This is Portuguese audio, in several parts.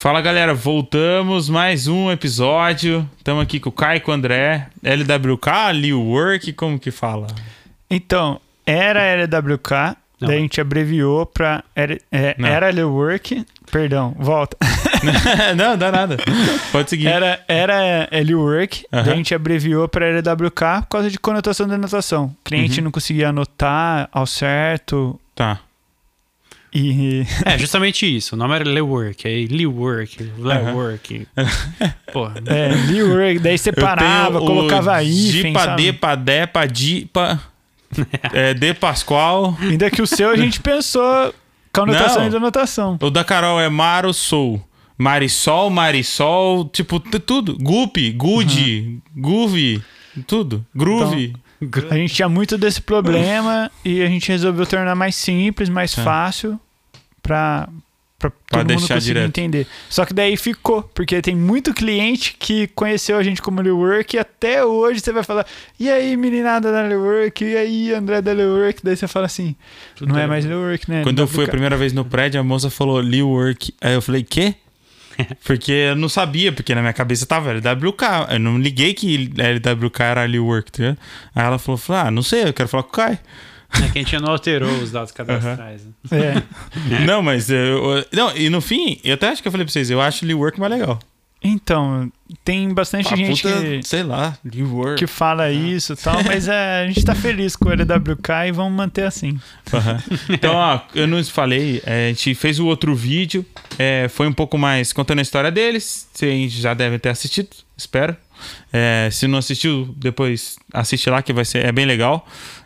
Fala galera, voltamos, mais um episódio. Estamos aqui com o Caio e com o André. LWK, Liu Work, como que fala? Então, era LWK, daí a gente abreviou para era Liu Work. Perdão, volta. Não, dá nada. Pode seguir. Era Liu Work, daí a gente abreviou para LWK por causa de conotação da anotação. O cliente não conseguia anotar ao certo. Tá. E... justamente isso. O nome era Lework, aí Lework, Lework. Porra. Lework, daí separava, colocava hífen, pra D, pra Dé, pra Di, pra... D Pascoal. Ainda que o seu a gente pensou com anotação e denotação. O da Carol é Maro Sou. Marisol, tipo, tudo. Guppy, Good, Groovy, tudo. Groovy. Então, a gente tinha muito desse problema e a gente resolveu tornar mais simples, mais fácil pra todo mundo conseguir entender. Só que daí ficou, porque tem muito cliente que conheceu a gente como Lework e até hoje você vai falar, e aí meninada da Lework, e aí André da Lework, daí você fala assim, não é mais Lework, né? Quando eu fui a primeira vez no prédio, a moça falou Lework, aí eu falei, quê? Porque eu não sabia, porque na minha cabeça tava LWK. Eu não liguei que LWK era Lework, tá? Aí ela falou, não sei, eu quero falar com o Caio. É que a gente não alterou os dados cadastrais. Né? Não, mas... não, e no fim, eu até acho que eu falei pra vocês, eu acho Lework mais legal. Então, tem bastante gente sei lá, Lework, que fala isso e tal, mas a gente tá feliz com o LWK e vamos manter assim. Então, eu não falei, a gente fez o outro vídeo, foi um pouco mais contando a história deles, vocês já devem ter assistido, espero. Se não assistiu, depois assiste lá que é bem legal.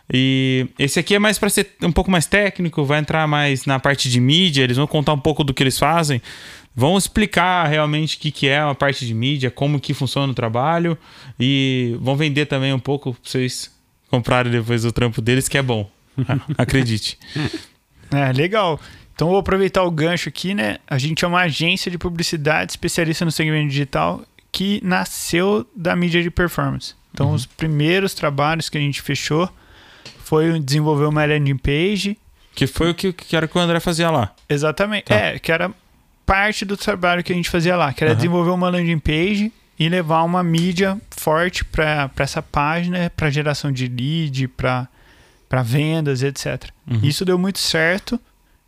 E esse aqui é mais para ser um pouco mais técnico, vai entrar mais na parte de mídia, eles vão contar um pouco do que eles fazem. Vão explicar realmente o que é uma parte de mídia, como que funciona o trabalho e vão vender também um pouco para vocês comprarem depois o trampo deles, que é bom. Acredite. Legal. Então vou aproveitar o gancho aqui, né? A gente é uma agência de publicidade especialista no segmento digital que nasceu da mídia de performance. Então os primeiros trabalhos que a gente fechou foi desenvolver uma landing page. Que foi o que era que o André fazia lá. Exatamente. Tá. Que era parte do trabalho que a gente fazia lá, que era desenvolver uma landing page e levar uma mídia forte para essa página, para geração de lead, para vendas, etc. Isso deu muito certo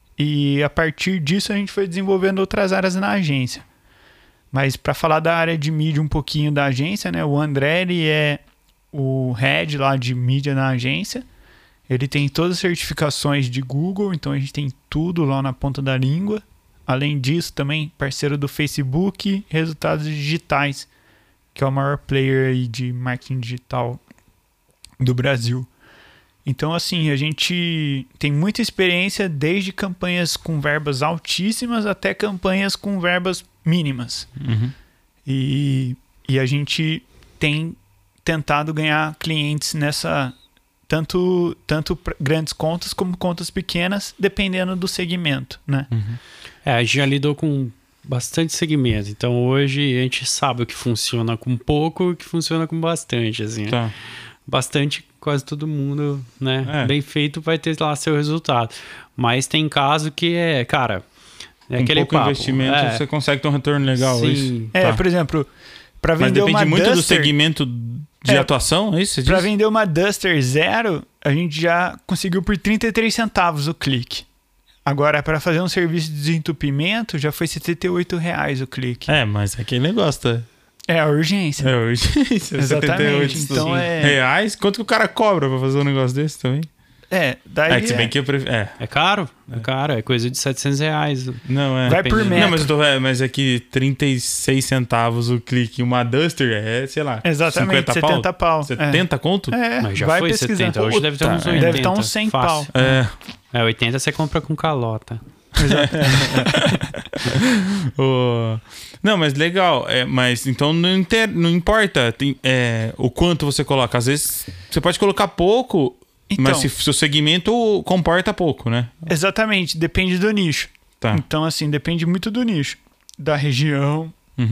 e a partir disso a gente foi desenvolvendo outras áreas na agência. Mas para falar da área de mídia um pouquinho da agência, né? O André, ele é o head lá de mídia na agência. Ele tem todas as certificações de Google, então a gente tem tudo lá na ponta da língua. Além disso, também parceiro do Facebook, Resultados Digitais, que é o maior player aí de marketing digital do Brasil. Então, assim, a gente tem muita experiência desde campanhas com verbas altíssimas até campanhas com verbas mínimas. E a gente tem tentado ganhar clientes nessa... Tanto grandes contas como contas pequenas, dependendo do segmento, né? A gente já lidou com bastante segmentos. Então, hoje, a gente sabe o que funciona com pouco e o que funciona com bastante, assim. Tá. Bastante, quase todo mundo, né? Bem feito vai ter lá seu resultado. Mas tem caso que cara... Com aquele pouco papo. Investimento, você consegue ter um retorno legal. Sim. Isso? Por exemplo, para vender uma Duster... Mas depende muito do segmento de atuação, é isso? Para vender uma Duster 0, a gente já conseguiu por 33 centavos o clique. Agora, para fazer um serviço de desentupimento, já foi R$78 o clique. Mas é aquele negócio, tá? É a urgência. É a urgência. Exatamente. 78 então reais? Quanto que o cara cobra para fazer um negócio desse também? Daí se bem que eu prefiro... É caro, é coisa de R$700. Não, vai por metro. Não, mas é que 36 centavos o clique. Uma Duster sei lá, exatamente, 70 pau. 70 conto? Mas já vai foi pesquisar. 70, hoje deve estar uns 80. Deve estar uns 100 pau. 80 você compra com calota. Não, mas legal. Mas então não importa o quanto você coloca. Às vezes você pode colocar pouco... Então, mas se seu segmento comporta pouco, né? Exatamente, depende do nicho. Tá. Então, assim, depende muito do nicho. Da região,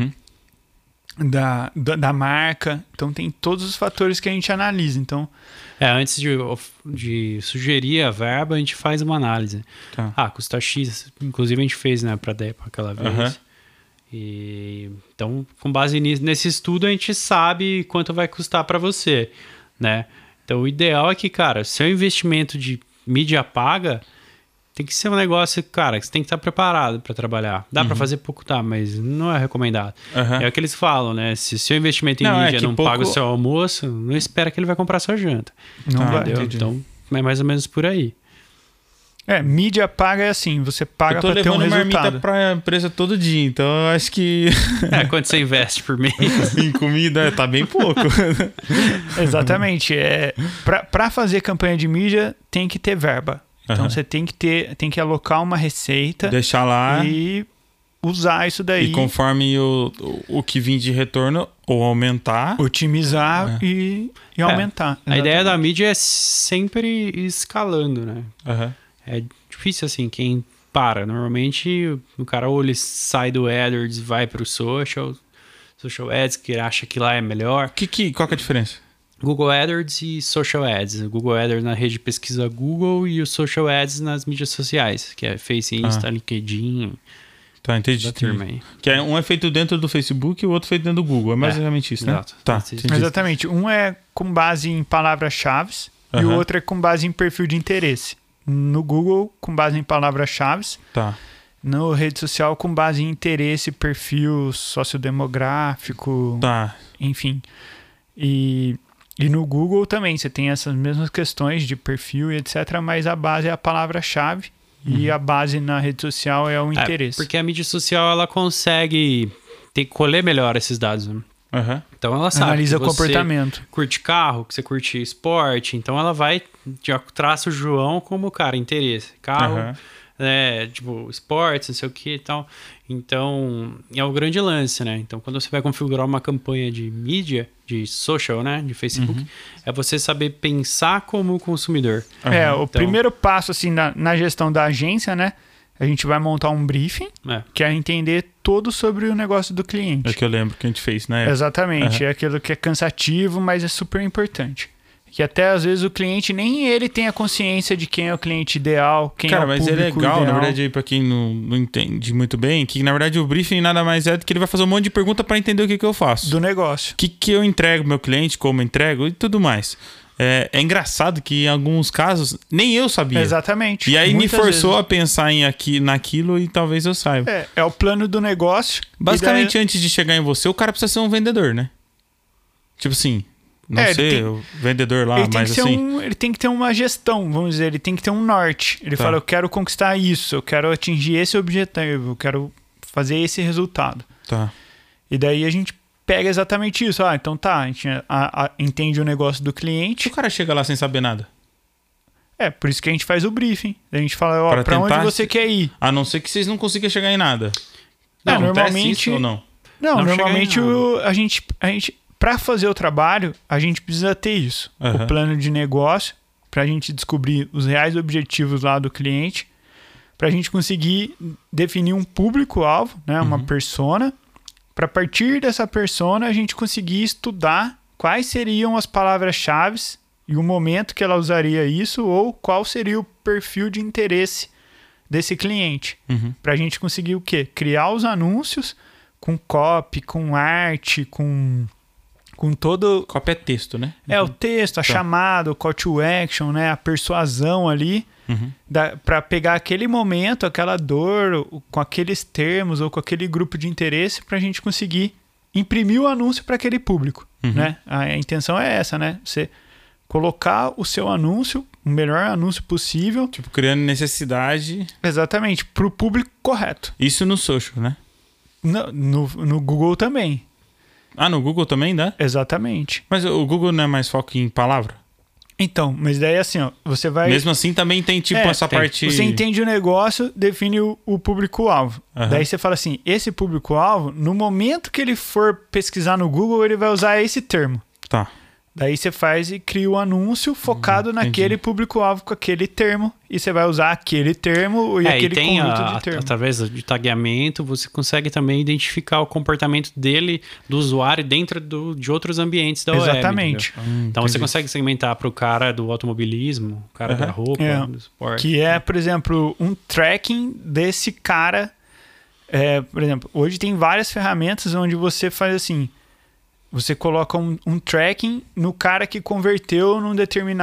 da marca. Então, tem todos os fatores que a gente analisa. Então, antes de sugerir a verba, a gente faz uma análise. Tá. Custa X. Inclusive, a gente fez, né, para DEPA aquela vez. Então, com base nesse estudo, a gente sabe quanto vai custar para você, né? Então, o ideal é que, cara, seu investimento de mídia paga tem que ser um negócio, cara, que você tem que estar preparado para trabalhar. Dá para fazer pouco, tá, mas não é recomendado. É o que eles falam, né? Se seu investimento em mídia não paga o seu almoço, não espera que ele vai comprar sua janta. Não vai. Entendeu? Então, é mais ou menos por aí. Mídia paga é assim, você paga para ter um resultado. Eu tô levando marmita pra empresa todo dia, então eu acho que... Quanto você investe por mês? Em comida, tá bem pouco. Exatamente. Para fazer campanha de mídia, tem que ter verba. Então você tem que alocar uma receita. Deixar lá. E usar isso daí. E conforme o que vir de retorno, ou aumentar. Otimizar e aumentar. Exatamente. A ideia da mídia é sempre escalando, né? É difícil assim, quem para. Normalmente o cara ou ele sai do AdWords e vai pro social ads, que acha que lá é melhor. Qual que é a diferença? Google AdWords e Social Ads. O Google AdWords na rede de pesquisa Google e o Social Ads nas mídias sociais, que é Face, Insta, LinkedIn. Tá, entendi. Que um é feito dentro do Facebook e o outro feito dentro do Google. É mais exatamente isso, né? Exato. Tá, exatamente. Um é com base em palavras-chave e o outro é com base em perfil de interesse. No Google, com base em palavras-chave. Tá. No rede social, com base em interesse, perfil sociodemográfico. Tá. Enfim. E no Google também, você tem essas mesmas questões de perfil e etc., mas a base é a palavra-chave e a base na rede social é o interesse. Porque a mídia social, ela consegue colher melhor esses dados, né? Então ela sabe analisa que você comportamento. Curte carro, que você curte esporte, então ela vai, já traça o João como, cara, interesse. Carro, tipo, esportes, não sei o que e tal. Então, é o grande lance, né? Então, quando você vai configurar uma campanha de mídia, de social, né? De Facebook, é você saber pensar como consumidor. O primeiro passo, assim, na gestão da agência, né? A gente vai montar um briefing, que é entender todo sobre o negócio do cliente. É que eu lembro que a gente fez, né? Exatamente. É aquilo que é cansativo, mas é super importante. Que até às vezes o cliente, nem ele tem a consciência de quem é o cliente ideal, quem é o público ideal. Cara, mas é legal, na verdade, pra quem não entende muito bem, que na verdade o briefing nada mais é do que ele vai fazer um monte de pergunta para entender o que eu faço. Do negócio. O que eu entrego pro meu cliente, como eu entrego e tudo mais. É engraçado que em alguns casos nem eu sabia. Exatamente. E aí me forçou a pensar naquilo e talvez eu saiba. É o plano do negócio. Basicamente, antes de chegar em você, o cara precisa ser um vendedor, né? Tipo assim, não sei, o vendedor lá, mas assim... ele tem que ter uma gestão, vamos dizer, ele tem que ter um norte. Ele fala, eu quero conquistar isso, eu quero atingir esse objetivo, eu quero fazer esse resultado. Tá. E daí a gente pega exatamente isso. Então a gente entende o negócio do cliente. Se o cara chega lá sem saber nada? Por isso que a gente faz o briefing. A gente fala, pra onde você quer ir? A não ser que vocês não consigam chegar em nada. Normalmente... Isso ou não? Não, normalmente a gente, para fazer o trabalho, a gente precisa ter isso. O plano de negócio, pra gente descobrir os reais objetivos lá do cliente, pra gente conseguir definir um público-alvo, né? Uma persona. Para partir dessa persona, a gente conseguir estudar quais seriam as palavras-chave e o momento que ela usaria isso ou qual seria o perfil de interesse desse cliente. Para a gente conseguir o quê? Criar os anúncios com copy, com arte, com todo... Copy é texto, né? O texto, a chamada, o call to action, né? A persuasão ali. Para pegar aquele momento, aquela dor, com aqueles termos ou com aquele grupo de interesse para a gente conseguir imprimir o anúncio para aquele público, né? A intenção é essa, né? Você colocar o seu anúncio, o melhor anúncio possível. Tipo, criando necessidade. Exatamente, para o público correto. Isso no social, né? No Google também. No Google também dá? Exatamente. Mas o Google não é mais foco em palavra? Então, mas daí assim, você vai... Mesmo assim também tem essa parte... Você entende o negócio, define o público-alvo. Daí você fala assim, esse público-alvo, no momento que ele for pesquisar no Google, ele vai usar esse termo. Tá. Daí você faz e cria o anúncio focado naquele público-alvo com aquele termo. E você vai usar aquele termo e aquele conjunto de termos. Através de tagueamento, você consegue também identificar o comportamento dele, do usuário, dentro de outros ambientes da web. Exatamente. Então você consegue segmentar para o cara do automobilismo, o cara da roupa, do esporte. Que é, por exemplo, um tracking desse cara Por exemplo, hoje tem várias ferramentas onde você faz assim, você coloca um tracking no cara que converteu numa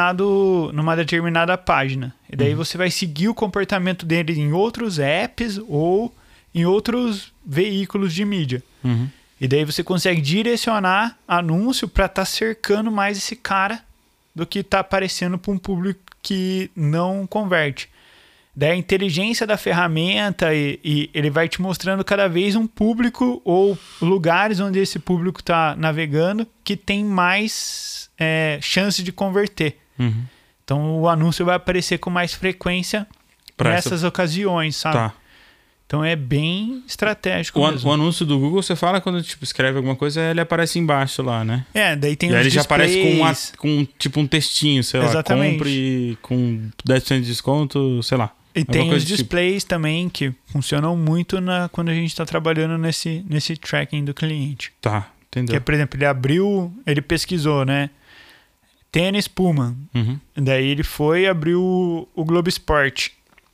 determinada página. E daí você vai seguir o comportamento dele em outros apps ou em outros veículos de mídia. E daí você consegue direcionar anúncio para estar cercando mais esse cara do que está aparecendo para um público que não converte. Daí a inteligência da ferramenta e ele vai te mostrando cada vez um público ou lugares onde esse público está navegando que tem mais chance de converter. Então o anúncio vai aparecer com mais frequência nessas ocasiões, sabe? Tá. Então é bem estratégico mesmo. O anúncio do Google, você fala quando tipo, escreve alguma coisa, ele aparece embaixo lá, né? Daí tem e os aí ele já displays. aparece com tipo um textinho, sei Exatamente. lá, compre com 10% de desconto, sei lá. E tem os tipo. displays também que funcionam muito quando a gente está trabalhando nesse tracking do cliente. Tá, entendeu. Que, por exemplo, ele pesquisou, né? Tênis Puma. Daí ele foi e abriu o Globo Esporte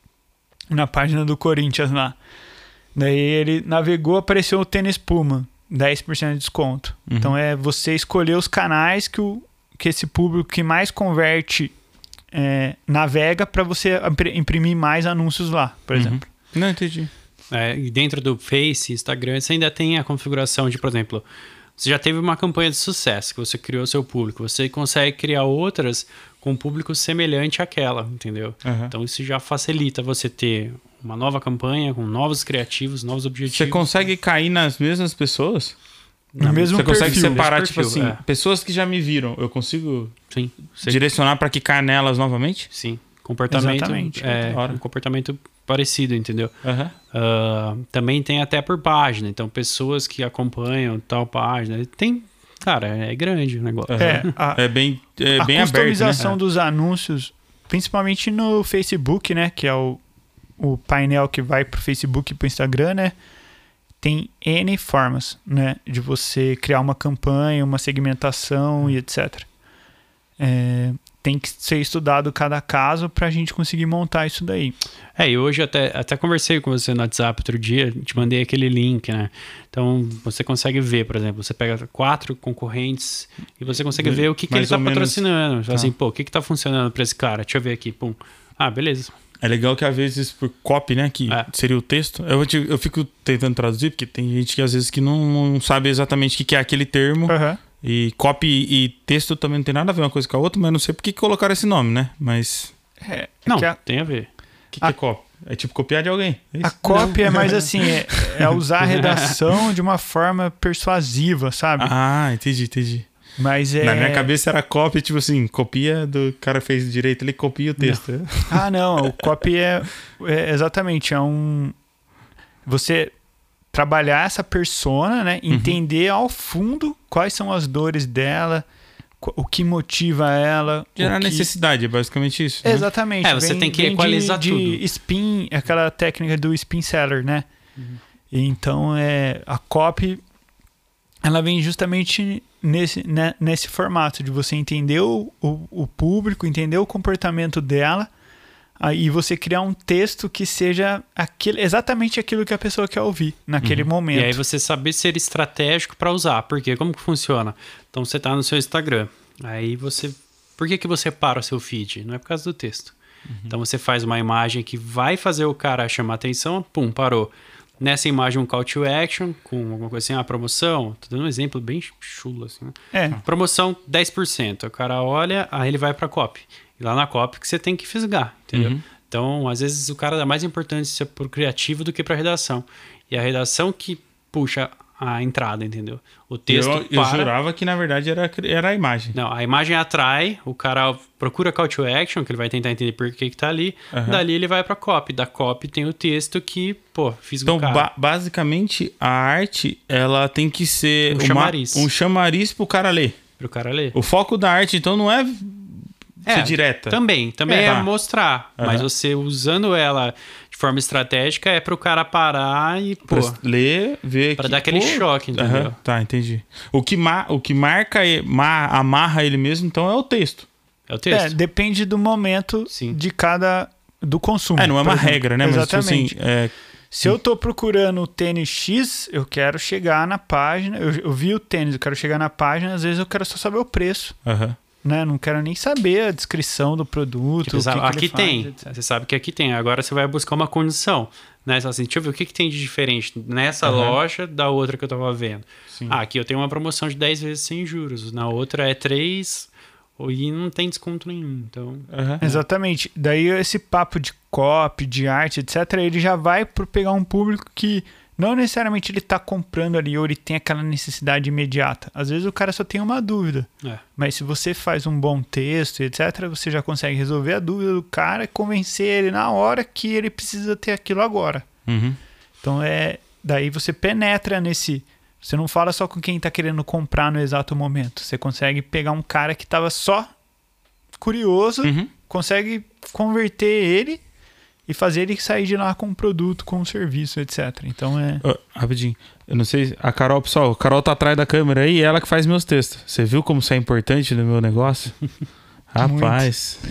na página do Corinthians lá. Daí ele navegou, apareceu o Tênis Puma, 10% de desconto. Então é você escolher os canais que esse público que mais converte navega para você imprimir mais anúncios lá, por exemplo. Não, entendi. E dentro do Face, Instagram, você ainda tem a configuração de, por exemplo, você já teve uma campanha de sucesso que você criou seu público, você consegue criar outras com um público semelhante àquela, entendeu? Então isso já facilita você ter uma nova campanha com novos criativos, novos objetivos. Você consegue cair nas mesmas pessoas? No mesmo Você consegue perfil. separar, Perfil, tipo assim, pessoas que já me viram, eu consigo Sim. direcionar para que caia nelas novamente? Sim. Comportamento. Exatamente. Um comportamento parecido, entendeu? Aham. Também tem até por página. Então, pessoas que acompanham tal página. Tem. Cara, é grande o negócio. É bem A aberto, customização né? dos anúncios, principalmente no Facebook, né? Que é o painel que vai pro Facebook e pro Instagram, né? Tem N formas, né? De você criar uma campanha, uma segmentação e etc. Tem que ser estudado cada caso pra gente conseguir montar isso daí. E hoje até conversei com você no WhatsApp outro dia, te mandei aquele link, né? Então, você consegue ver, por exemplo, você pega 4 concorrentes e você consegue ver o que ele tá patrocinando. Tá. Assim, o que tá funcionando pra esse cara? Deixa eu ver aqui, pum. Beleza. É legal que às vezes por copy, né, que seria o texto, eu fico tentando traduzir, porque tem gente que às vezes que não sabe exatamente o que é aquele termo. E copy e texto também não tem nada a ver uma coisa com a outra, mas não sei por que colocaram esse nome, né? Mas... tem a ver. O que é copy? É tipo copiar de alguém. É a copy é mais assim, é usar a redação de uma forma persuasiva, sabe? Entendi. Mas Na minha cabeça era copy, tipo assim, copia do cara fez direito, ele copia o texto. Não. O copy é exatamente, você trabalhar essa persona, né? Entender ao fundo quais são as dores dela, o que motiva ela. Gerar necessidade, é basicamente isso. Né? Exatamente. Você tem que equalizar tudo. De spin, aquela técnica do spin seller, né? Então, a copy, ela vem justamente nesse formato de você entender o público, entender o comportamento dela, aí você criar um texto que seja exatamente aquilo que a pessoa quer ouvir naquele momento. E aí você saber ser estratégico para usar. Porque como que funciona? Então você tá no seu Instagram, aí você... Por que você para o seu feed? Não é por causa do texto. Então você faz uma imagem que vai fazer o cara chamar atenção, pum, parou. Nessa imagem um call to action, com alguma coisa assim, promoção, tô dando um exemplo bem chulo assim, né? Promoção 10%, o cara olha, aí ele vai pra copy. E lá na copy que você tem que fisgar, entendeu? Então, às vezes o cara dá mais importância pro criativo do que pra redação. E a redação que puxa a entrada, entendeu? O texto eu jurava que na verdade era a imagem. Não, a imagem atrai, o cara procura call to action, que ele vai tentar entender por que tá ali, dali ele vai pra copy, da copy tem o texto que, fisga o cara. Então, basicamente, a arte, ela tem que ser um chamariz pro cara ler. Pro cara ler. O foco da arte, então, não é ser direta. Também é mostrar, mas você usando ela de forma estratégica é pro cara parar e, ler, ver... Pra dar aquele choque, entendeu? Tá, entendi. O que marca, amarra ele mesmo, então, é o texto. É o texto. Depende do momento do consumo. Não é uma regra, né? Exatamente. Mas, tipo assim, Se eu tô procurando o tênis X, eu quero chegar na página. Eu vi o tênis, eu quero chegar na página. Às vezes eu quero só saber o preço. Né? Não quero nem saber a descrição do produto. Tipo, aqui tem. Você sabe que aqui tem. Agora você vai buscar uma condição. Né? Assim, deixa eu ver o que tem de diferente nessa loja da outra que eu tava vendo. Aqui eu tenho uma promoção de 10 vezes sem juros. Na outra é 3 e não tem desconto nenhum. Então, Exatamente. Daí esse papo de copy, de arte, etc., ele já vai para pegar um público que não necessariamente ele está comprando ali ou ele tem aquela necessidade imediata. Às vezes o cara só tem uma dúvida. Mas se você faz um bom texto, etc., você já consegue resolver a dúvida do cara e convencer ele na hora que ele precisa ter aquilo agora. Então, daí você penetra nesse... Você não fala só com quem está querendo comprar no exato momento. Você consegue pegar um cara que estava só curioso, consegue converter ele e fazer ele sair de lá com um produto, com um serviço, etc. Então rapidinho. Eu não sei... A Carol, pessoal, a Carol tá atrás da câmera aí e ela que faz meus textos. Você viu como isso é importante no meu negócio? Rapaz.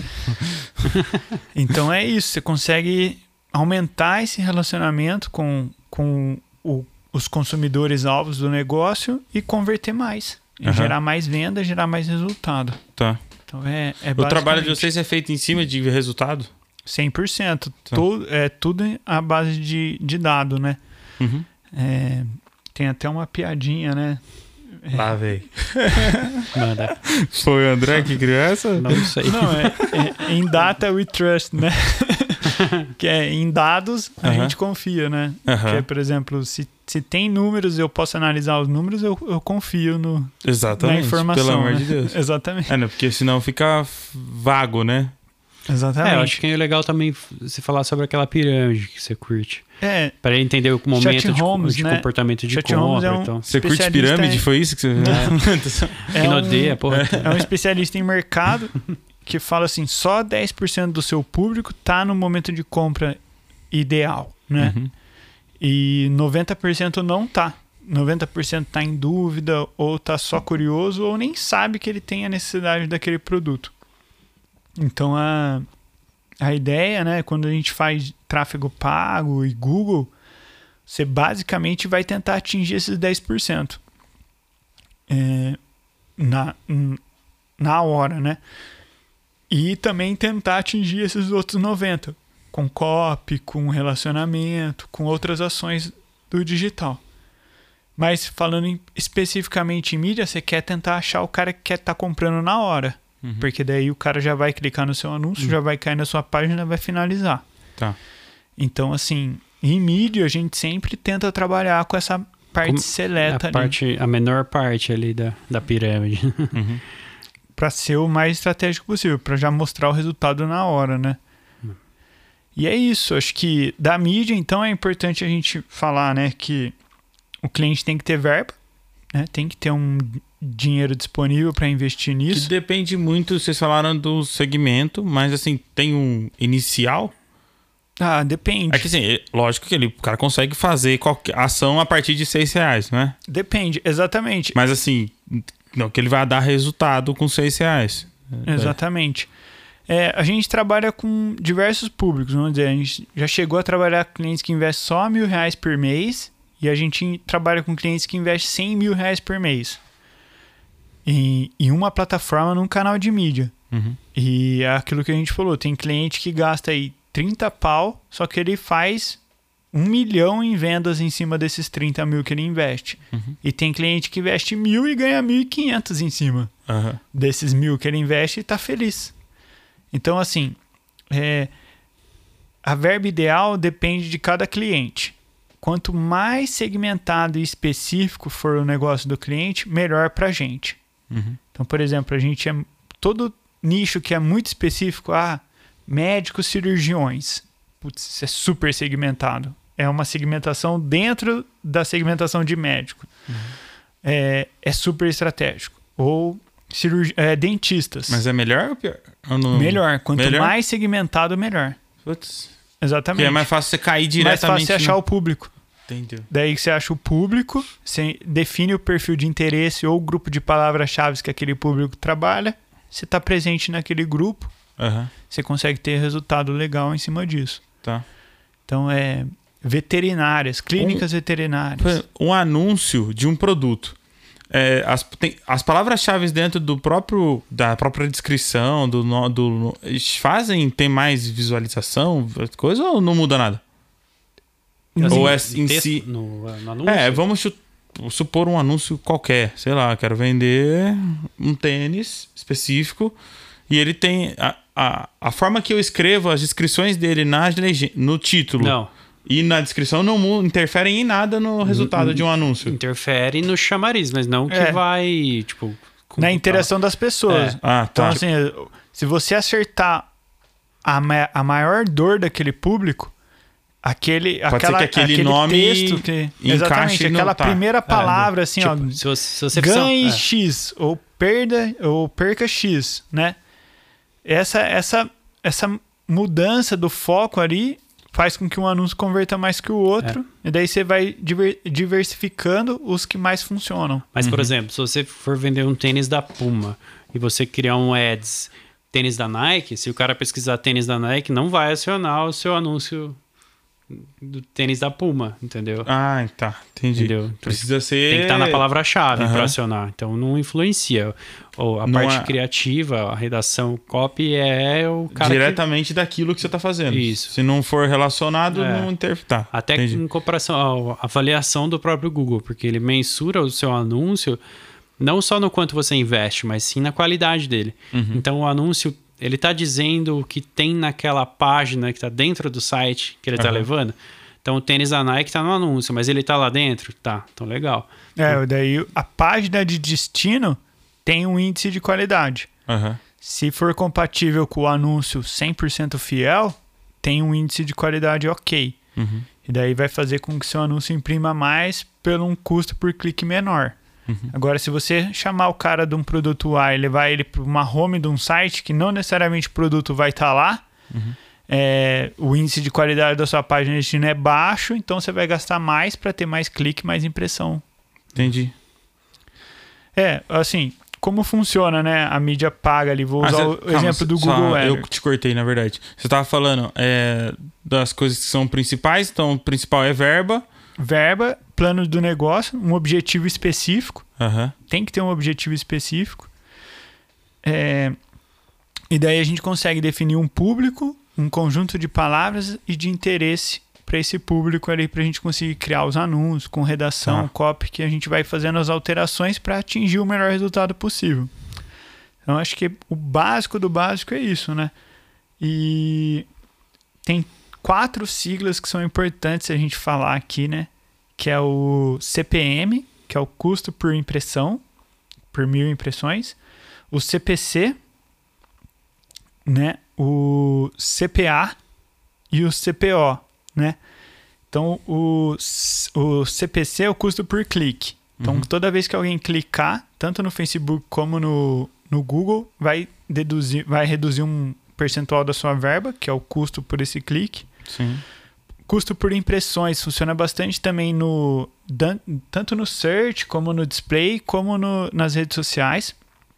Então é isso. Você consegue aumentar esse relacionamento com os consumidores alvos do negócio e converter mais. E gerar mais venda, gerar mais resultado. Tá. Então o trabalho de vocês é feito em cima de resultado? 100%. Tudo à base de dado, né? Tem até uma piadinha, né? Lá, velho. Manda. Foi o André que criou essa? Não sei. Não, em data we trust, né? Que é em dados a gente confia, né? Que é, por exemplo, se tem números, eu posso analisar os números, eu confio na informação. Pelo amor né? de Deus. Exatamente. Né? Porque senão fica vago, né? Exatamente. Eu acho que é legal também você falar sobre aquela pirâmide que você curte. Para ele entender o momento de comportamento de compra. Então. Você curte pirâmide? Foi isso que você... Odeia, porra. É um especialista em mercado que fala assim, só 10% do seu público tá no momento de compra ideal, né? E 90% não tá. 90% tá em dúvida, ou tá só curioso, ou nem sabe que ele tem a necessidade daquele produto. Então, a ideia, né, quando a gente faz tráfego pago e Google, você basicamente vai tentar atingir esses 10%. Na hora, né? E também tentar atingir esses outros 90%. Com copy, com relacionamento, com outras ações do digital. Mas falando especificamente em mídia, você quer tentar achar o cara que quer estar comprando na hora. Porque daí o cara já vai clicar no seu anúncio, já vai cair na sua página e vai finalizar. Tá. Então, assim, em mídia a gente sempre tenta trabalhar com essa parte seleta ali. A menor parte ali da pirâmide. Para ser o mais estratégico possível, para já mostrar o resultado na hora, né? E é isso, acho que da mídia, então, é importante a gente falar, né, que o cliente tem que ter verba, né, tem que ter um dinheiro disponível para investir nisso. Que depende muito, vocês falaram do segmento, mas assim, tem um inicial? Depende. É que assim, lógico que o cara consegue fazer qualquer ação a partir de R$6, né? Depende, exatamente. Mas assim, não que ele vai dar resultado com R$6. Exatamente. A gente trabalha com diversos públicos, vamos dizer, a gente já chegou a trabalhar com clientes que investem só R$1.000 por mês e a gente trabalha com clientes que investem R$100.000 por mês em uma plataforma, num canal de mídia. E é aquilo que a gente falou, tem cliente que gasta aí 30 pau, só que ele faz 1 milhão em vendas em cima desses 30 mil que ele investe. E tem cliente que investe 1.000 e ganha 1.500 em cima desses 1.000 que ele investe e tá feliz. Então, assim, a verba ideal depende de cada cliente. Quanto mais segmentado e específico for o negócio do cliente, melhor pra gente. Então, por exemplo, a gente todo nicho que é muito específico, médicos cirurgiões. Putz, isso é super segmentado. É uma segmentação dentro da segmentação de médico. É super estratégico. Ou dentistas. Mas é melhor ou pior? Melhor. Quanto mais segmentado, melhor. Putz. Exatamente. Porque é mais fácil você cair diretamente. Mais fácil você achar o público. Entendeu. Daí que você acha o público, você define o perfil de interesse ou o grupo de palavras-chave que aquele público trabalha. Você está presente naquele grupo. Você consegue ter resultado legal em cima disso. Tá. Então, veterinárias, clínicas veterinárias. Um anúncio de um produto. As palavras-chave dentro da própria descrição, tem mais visualização, coisa, ou não muda nada? Assim, Ou é em si... No anúncio? Vamos supor um anúncio qualquer. Sei lá, quero vender um tênis específico e ele tem... A forma que eu escrevo as descrições dele no título... Não. E na descrição não interferem em nada no resultado de um anúncio. Interfere no chamariz, mas não que vai, tipo... Na interação das pessoas. Tá. Então, assim, se você acertar a maior dor daquele público, aquele nome texto que... Exatamente, aquela primeira palavra, assim, tipo, se você ganhe X, ou perca X, né? Essa mudança do foco ali... faz com que um anúncio converta mais que o outro. E daí você vai diversificando os que mais funcionam. Mas, por exemplo, se você for vender um tênis da Puma e você criar um ads tênis da Nike, se o cara pesquisar tênis da Nike, não vai acionar o seu anúncio do tênis da Puma, entendeu? Tá. Entendi. Entendeu? Precisa ser... Tem que estar na palavra-chave para acionar. Então, não influencia. Ou a parte criativa, a redação, o copy é o cara diretamente daquilo que você está fazendo. Isso. Se não for relacionado, não interfere. Até em comparação à avaliação do próprio Google, porque ele mensura o seu anúncio não só no quanto você investe, mas sim na qualidade dele. Então, o anúncio, ele está dizendo o que tem naquela página que está dentro do site que ele está levando. Então, o tênis da Nike está no anúncio, mas ele está lá dentro? Tá, então legal. Daí a página de destino tem um índice de qualidade. Se for compatível com o anúncio 100% fiel, tem um índice de qualidade ok. E daí vai fazer com que seu anúncio imprima mais pelo um custo por clique menor. Agora, se você chamar o cara de um produto A e levar ele para uma home de um site que não necessariamente o produto vai estar lá, o índice de qualidade da sua página de destino é baixo, então você vai gastar mais para ter mais clique, mais impressão. Entendi. Assim, como funciona, né? A mídia paga ali. Vou usar o exemplo do Google Ads. Eu te cortei, na verdade. Você estava falando das coisas que são principais. Então, o principal é verba. Verba, plano do negócio, um objetivo específico. Tem que ter um objetivo específico. E daí a gente consegue definir um público, um conjunto de palavras e de interesse para esse público ali, para a gente conseguir criar os anúncios com redação, copy, que a gente vai fazendo as alterações para atingir o melhor resultado possível. Então, acho que o básico do básico é isso, né? E tem 4 siglas que são importantes a gente falar aqui, né? Que é o CPM, que é o custo por impressão, por 1000 impressões. O CPC, né? O CPA e o CPO, né? Então, o CPC é o custo por clique. Então, toda vez que alguém clicar, tanto no Facebook como no Google, vai reduzir um percentual da sua verba, que é o custo por esse clique. Sim. Custo por impressões funciona bastante também tanto no search, como no display, como nas redes sociais.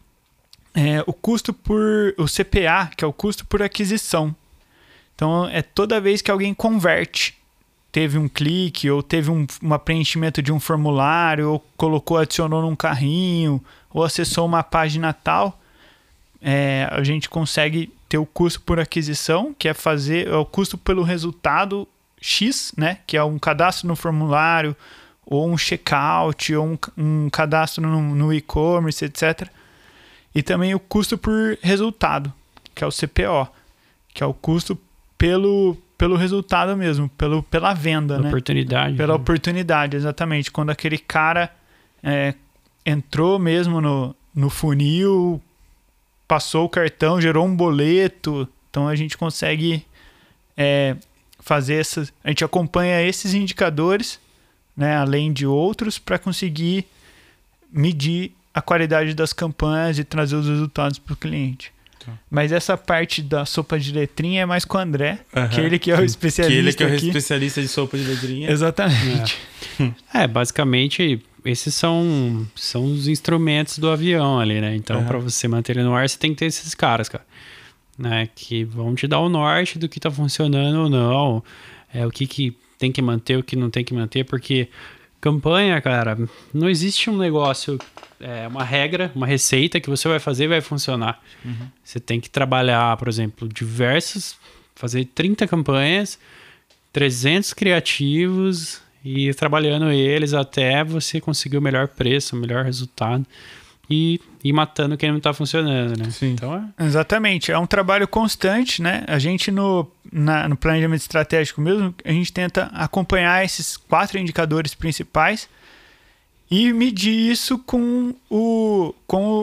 O CPA, que é o custo por aquisição. Então, é toda vez que alguém converte, teve um clique, ou teve um preenchimento de um formulário, ou adicionou num carrinho, ou acessou uma página tal, a gente consegue ter o custo por aquisição, que é o custo pelo resultado X, né? Que é um cadastro no formulário, ou um checkout, ou um cadastro no e-commerce, etc. E também o custo por resultado, que é o CPO, que é o custo pelo resultado mesmo, pela venda, né? Oportunidade. Pela oportunidade, exatamente. Quando aquele cara entrou mesmo no funil, passou o cartão, gerou um boleto. Então a gente consegue fazer a gente acompanha esses indicadores, né, além de outros, para conseguir medir a qualidade das campanhas e trazer os resultados para o cliente. Mas essa parte da sopa de letrinha é mais com o André, que ele que é o especialista aqui. Especialista de sopa de letrinha. Exatamente. Basicamente, esses são os instrumentos do avião ali, né? Então, para você manter ele no ar, você tem que ter esses caras, cara, né? Que vão te dar o norte do que tá funcionando ou não, o que tem que manter, o que não tem que manter, porque campanha, cara, não existe um negócio, uma regra, uma receita que você vai fazer e vai funcionar. Você tem que trabalhar, por exemplo, fazer 30 campanhas, 300 criativos e ir trabalhando eles até você conseguir o melhor preço, o melhor resultado e ir matando quem não tá funcionando, né? Sim. Então Exatamente, é um trabalho constante, né? A gente no planejamento estratégico mesmo, a gente tenta acompanhar esses 4 indicadores principais e medir isso com o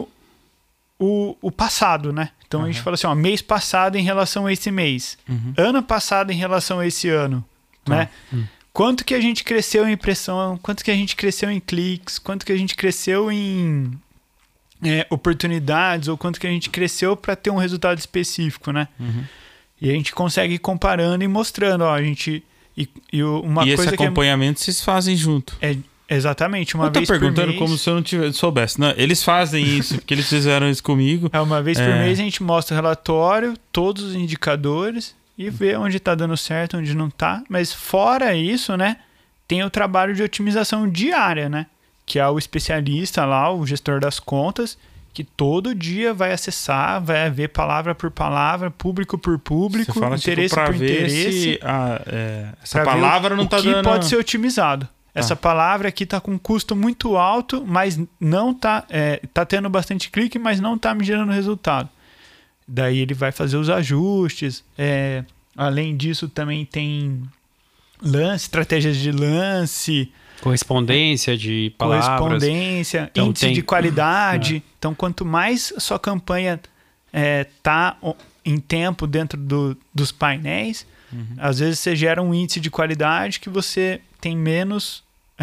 passado, né? Então a gente fala assim, ó, mês passado em relação a esse mês, ano passado em relação a esse ano, né? Quanto que a gente cresceu em impressão, quanto que a gente cresceu em cliques, quanto que a gente cresceu em oportunidades, ou quanto que a gente cresceu para ter um resultado específico, né? E a gente consegue ir comparando e mostrando, ó, a gente... uma e coisa esse acompanhamento vocês fazem junto. Exatamente, uma vez por mês. Eu tô perguntando como se eu não soubesse. Não, eles fazem isso, porque eles fizeram isso comigo. Uma vez por mês a gente mostra o relatório, todos os indicadores, e vê onde tá dando certo, onde não tá. Mas fora isso, né, tem o trabalho de otimização diária, né? Que é o especialista lá, o gestor das contas, que todo dia vai acessar, vai ver palavra por palavra, público por público, Você fala, interesse tipo, pra por ver interesse. se essa palavra não tá dando... O que dando... pode ser otimizado. Essa palavra aqui tá com um custo muito alto, mas não tá tendo bastante clique, mas não tá me gerando resultado. Daí ele vai fazer os ajustes. Além disso, também tem estratégias de lance... Correspondência de palavras. Então, índice de qualidade. Então, quanto mais a sua campanha tá em tempo dentro dos painéis, às vezes você gera um índice de qualidade que você tem menos...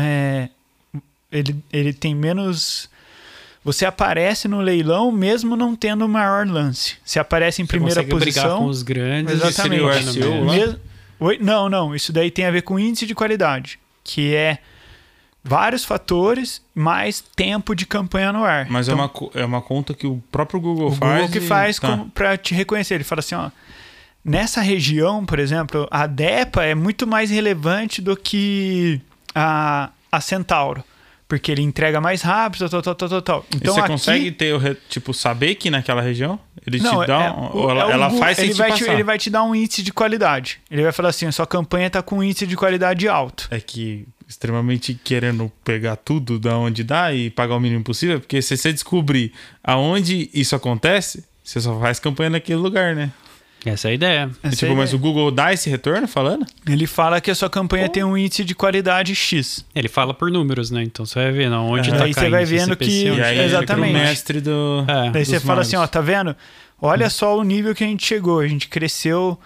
ele tem menos... Você aparece no leilão mesmo não tendo o maior lance. Você aparece em primeira posição. Brigar com os grandes. Exatamente. Seria o SEO, Não. Isso daí tem a ver com índice de qualidade, que é vários fatores, mais tempo de campanha no ar. Mas então, é uma conta que o próprio Google faz. O Google que faz para te reconhecer. Ele fala assim, ó, nessa região, por exemplo, a DEPA é muito mais relevante do que a Centauro, porque ele entrega mais rápido, tal. Então, e você aqui, consegue saber que naquela região ele não, te dá ela faz sem te passar. Ele vai te dar um índice de qualidade. Ele vai falar assim, a sua campanha está com um índice de qualidade alto. É que extremamente querendo pegar tudo da onde dá e pagar o mínimo possível, porque se você descobrir aonde isso acontece, você só faz campanha naquele lugar, né? Essa é a ideia. Mas o Google dá esse retorno falando? Ele fala que a sua campanha tem um índice de qualidade X. Ele fala por números, né? Então você vai vendo onde tá caindo. Aí você vai vendo que... E aí exatamente. Ele é o mestre do... Daí você fala assim, ó, tá vendo? Olha só o nível que a gente chegou. A gente cresceu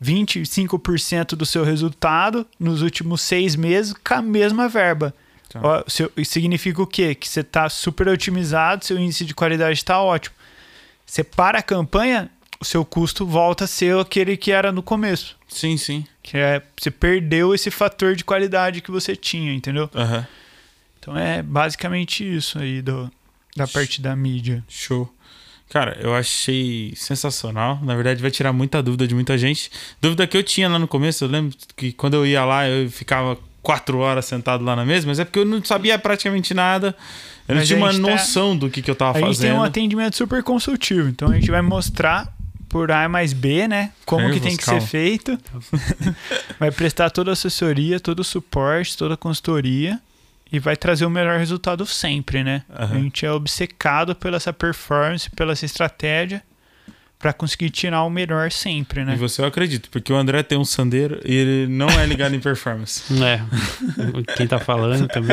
25% do seu resultado nos últimos 6 meses com a mesma verba. Tá. Ó, isso significa o quê? Que você tá super otimizado, seu índice de qualidade está ótimo. Você para a campanha, o seu custo volta a ser aquele que era no começo. Sim. Que você perdeu esse fator de qualidade que você tinha, entendeu? Então é basicamente isso aí da parte da mídia. Show. Cara, eu achei sensacional. Na verdade, vai tirar muita dúvida de muita gente. Dúvida que eu tinha lá no começo. Eu lembro que quando eu ia lá, eu ficava 4 horas sentado lá na mesa, mas é porque eu não sabia praticamente nada. Eu não tinha uma noção do que eu tava fazendo. A gente tem um atendimento super consultivo. Então a gente vai mostrar por A mais B, né? Como que tem que ser feito. Vai prestar toda a assessoria, todo o suporte, toda a consultoria. E vai trazer o melhor resultado sempre, né? A gente é obcecado pela essa performance, pela essa estratégia, para conseguir tirar o melhor sempre, né? E você eu acredito, porque o André tem um Sandero e ele não é ligado em performance. Quem tá falando também.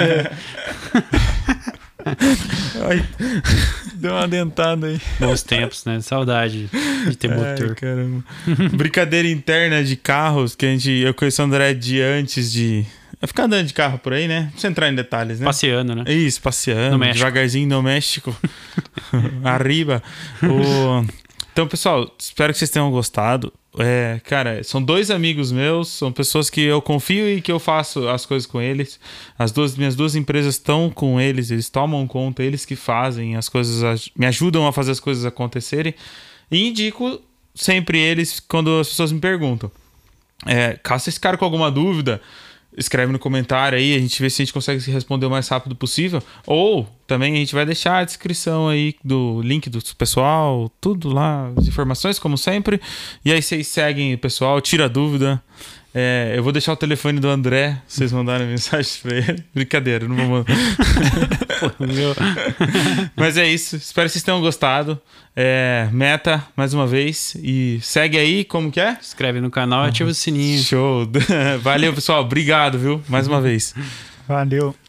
Deu uma dentada aí. Bons tempos, né? Saudade de ter motor. Caramba. Brincadeira interna de carros, que eu conheci o André de antes de... ficar andando de carro por aí, né? Não precisa entrar em detalhes, né? Passeando, né? Isso, passeando, devagarzinho no México. Arriba. Então, pessoal, espero que vocês tenham gostado. Cara, são 2 amigos meus, são pessoas que eu confio e que eu faço as coisas com eles. Minhas 2 empresas estão com eles etomam conta, eles que fazem as coisas, me ajudam a fazer as coisas acontecerem. E indico sempre eles quando as pessoas me perguntam. Caso vocês ficaram com alguma dúvida, escreve no comentário aí, a gente vê se a gente consegue responder o mais rápido possível. Ou também a gente vai deixar a descrição aí do link do pessoal, tudo lá, as informações, como sempre. E aí vocês seguem o pessoal, tira dúvida. Eu vou deixar o telefone do André, vocês mandarem mensagem pra ele. Brincadeira, não vou mandar. Mas é isso, espero que vocês tenham gostado. Meta, mais uma vez. E segue aí, como que é? Se inscreve no canal e ativa o sininho. Show. Valeu, pessoal. Obrigado, viu? Mais uma vez. Valeu.